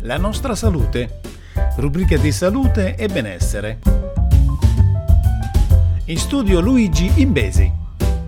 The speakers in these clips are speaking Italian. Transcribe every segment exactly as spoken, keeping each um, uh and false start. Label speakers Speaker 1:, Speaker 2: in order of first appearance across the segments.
Speaker 1: La nostra salute, rubrica di salute e benessere. In studio Luigi Imbesi.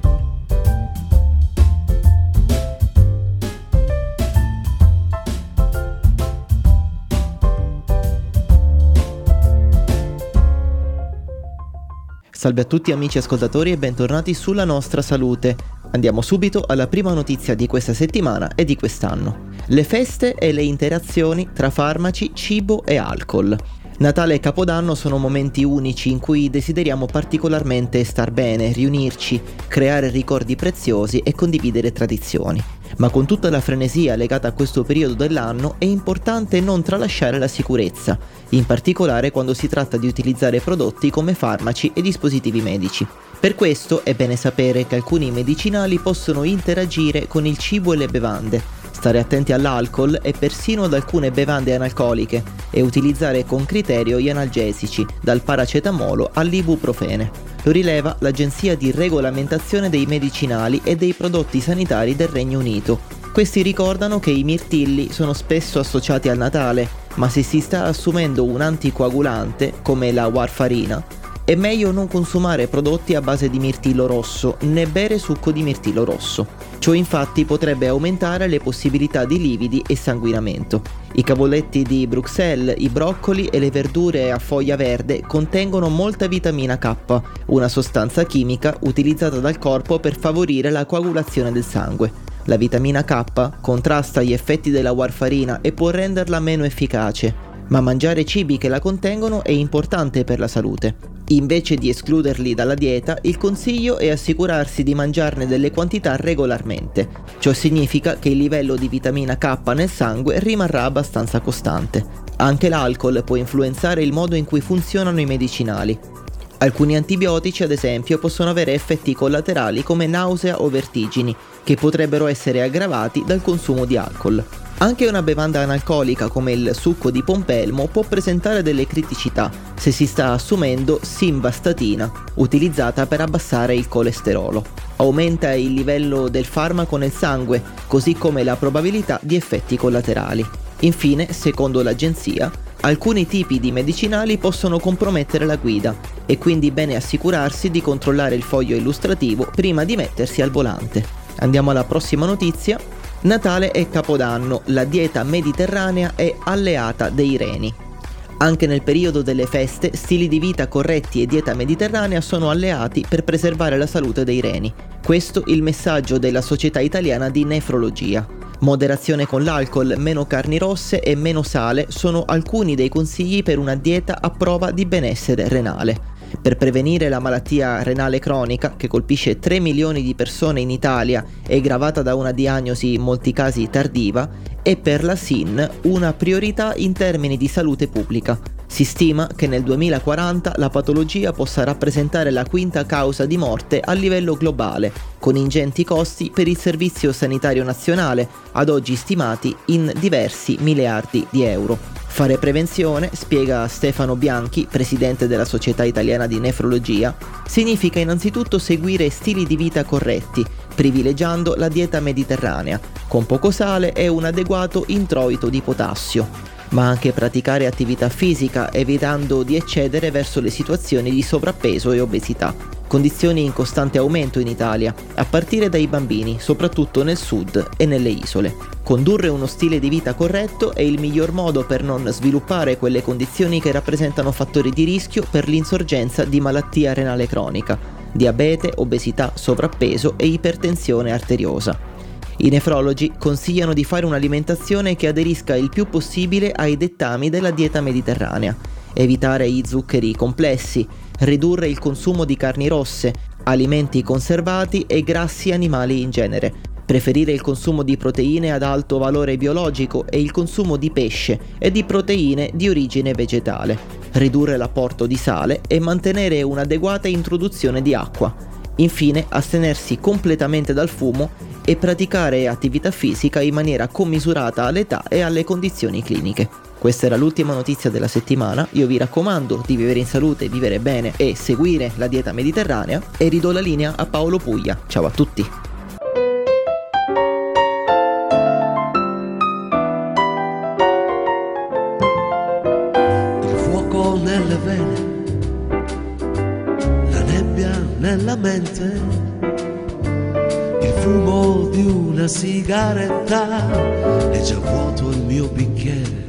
Speaker 2: Salve a tutti amici ascoltatori e bentornati sulla nostra salute. Andiamo subito alla prima notizia di questa settimana e di quest'anno. Le feste e le interazioni tra farmaci, cibo e alcol. Natale e Capodanno sono momenti unici in cui desideriamo particolarmente star bene, riunirci, creare ricordi preziosi e condividere tradizioni. Ma con tutta la frenesia legata a questo periodo dell'anno è importante non tralasciare la sicurezza, in particolare quando si tratta di utilizzare prodotti come farmaci e dispositivi medici. Per questo è bene sapere che alcuni medicinali possono interagire con il cibo e le bevande, stare attenti all'alcol e persino ad alcune bevande analcoliche e utilizzare con criterio gli analgesici, dal paracetamolo all'ibuprofene. Lo rileva l'Agenzia di Regolamentazione dei Medicinali e dei Prodotti Sanitari del Regno Unito. Questi ricordano che i mirtilli sono spesso associati al Natale, ma se si sta assumendo un anticoagulante, come la warfarina, è meglio non consumare prodotti a base di mirtillo rosso né bere succo di mirtillo rosso. Ciò infatti potrebbe aumentare le possibilità di lividi e sanguinamento. I cavoletti di Bruxelles, i broccoli e le verdure a foglia verde contengono molta vitamina K, una sostanza chimica utilizzata dal corpo per favorire la coagulazione del sangue. La vitamina K contrasta gli effetti della warfarina e può renderla meno efficace, ma mangiare cibi che la contengono è importante per la salute. Invece di escluderli dalla dieta, il consiglio è assicurarsi di mangiarne delle quantità regolarmente. Ciò significa che il livello di vitamina K nel sangue rimarrà abbastanza costante. Anche l'alcol può influenzare il modo in cui funzionano i medicinali. Alcuni antibiotici, ad esempio, possono avere effetti collaterali come nausea o vertigini, che potrebbero essere aggravati dal consumo di alcol. Anche una bevanda analcolica come il succo di pompelmo può presentare delle criticità se si sta assumendo simvastatina, utilizzata per abbassare il colesterolo. Aumenta il livello del farmaco nel sangue, così come la probabilità di effetti collaterali. Infine, secondo l'agenzia, alcuni tipi di medicinali possono compromettere la guida, è quindi bene assicurarsi di controllare il foglio illustrativo prima di mettersi al volante. Andiamo alla prossima notizia. Natale e Capodanno, la dieta mediterranea è alleata dei reni. Anche nel periodo delle feste, stili di vita corretti e dieta mediterranea sono alleati per preservare la salute dei reni. Questo il messaggio della Società Italiana di Nefrologia. Moderazione con l'alcol, meno carni rosse e meno sale sono alcuni dei consigli per una dieta a prova di benessere renale. Per prevenire la malattia renale cronica, che colpisce tre milioni di persone in Italia e gravata da una diagnosi in molti casi tardiva, è per la S I N una priorità in termini di salute pubblica. Si stima che nel duemilaquaranta la patologia possa rappresentare la quinta causa di morte a livello globale, con ingenti costi per il Servizio Sanitario Nazionale, ad oggi stimati in diversi miliardi di euro. Fare prevenzione, spiega Stefano Bianchi, presidente della Società Italiana di Nefrologia, significa innanzitutto seguire stili di vita corretti, privilegiando la dieta mediterranea, con poco sale e un adeguato introito di potassio, ma anche praticare attività fisica evitando di eccedere verso le situazioni di sovrappeso e obesità, condizioni in costante aumento in Italia, a partire dai bambini, soprattutto nel sud e nelle isole. Condurre uno stile di vita corretto è il miglior modo per non sviluppare quelle condizioni che rappresentano fattori di rischio per l'insorgenza di malattia renale cronica, diabete, obesità, sovrappeso e ipertensione arteriosa. I nefrologi consigliano di fare un'alimentazione che aderisca il più possibile ai dettami della dieta mediterranea, evitare gli zuccheri complessi, ridurre il consumo di carni rosse, alimenti conservati e grassi animali in genere, preferire il consumo di proteine ad alto valore biologico e il consumo di pesce e di proteine di origine vegetale, ridurre l'apporto di sale e mantenere un'adeguata introduzione di acqua. Infine, astenersi completamente dal fumo e praticare attività fisica in maniera commisurata all'età e alle condizioni cliniche. Questa era l'ultima notizia della settimana. Io vi raccomando di vivere in salute, vivere bene e seguire la dieta mediterranea, e ridò la linea a Paolo Puglia. Ciao a tutti.
Speaker 3: mente il fumo di una sigaretta, è già vuoto il mio bicchiere.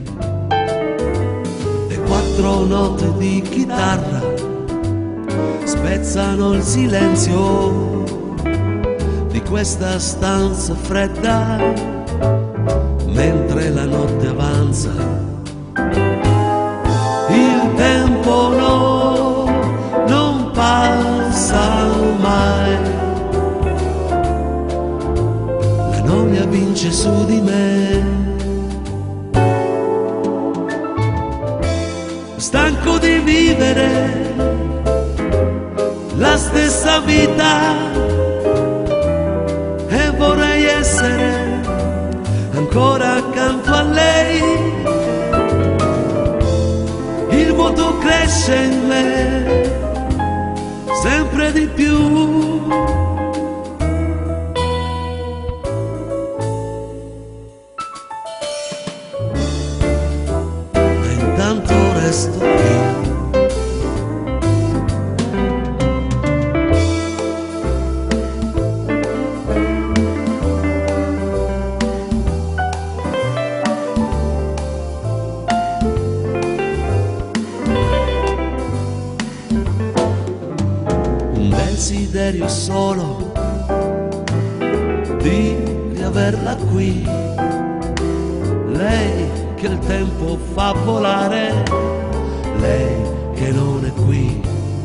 Speaker 3: Le quattro note di chitarra spezzano il silenzio di questa stanza fredda, mentre la notte avanza. Il tempo no, non passa mai, la noia vince su di me. Stanco di vivere la stessa vita e vorrei essere ancora accanto a lei. Il vuoto cresce in me sempre di più. Ma intanto resto qui. Desiderio solo di riaverla qui, lei che il tempo fa volare, lei che non è qui.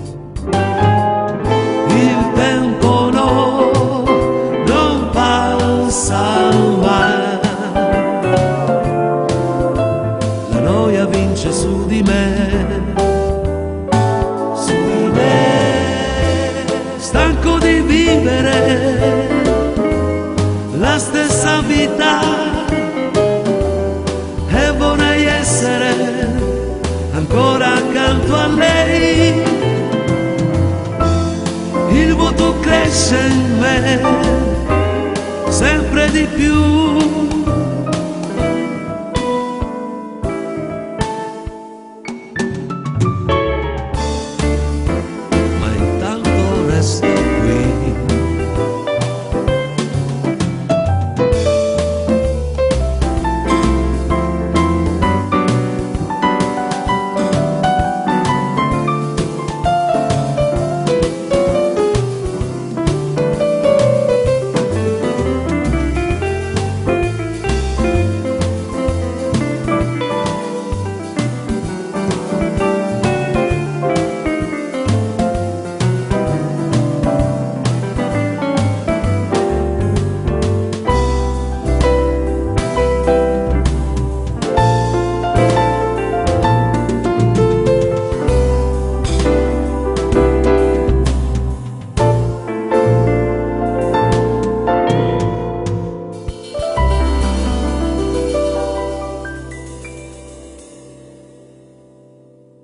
Speaker 3: Il tempo no, non passa mai, la noia vince su di me. Stanco di vivere la stessa vita e vorrei essere ancora accanto a lei. Il vuoto cresce in me sempre di più.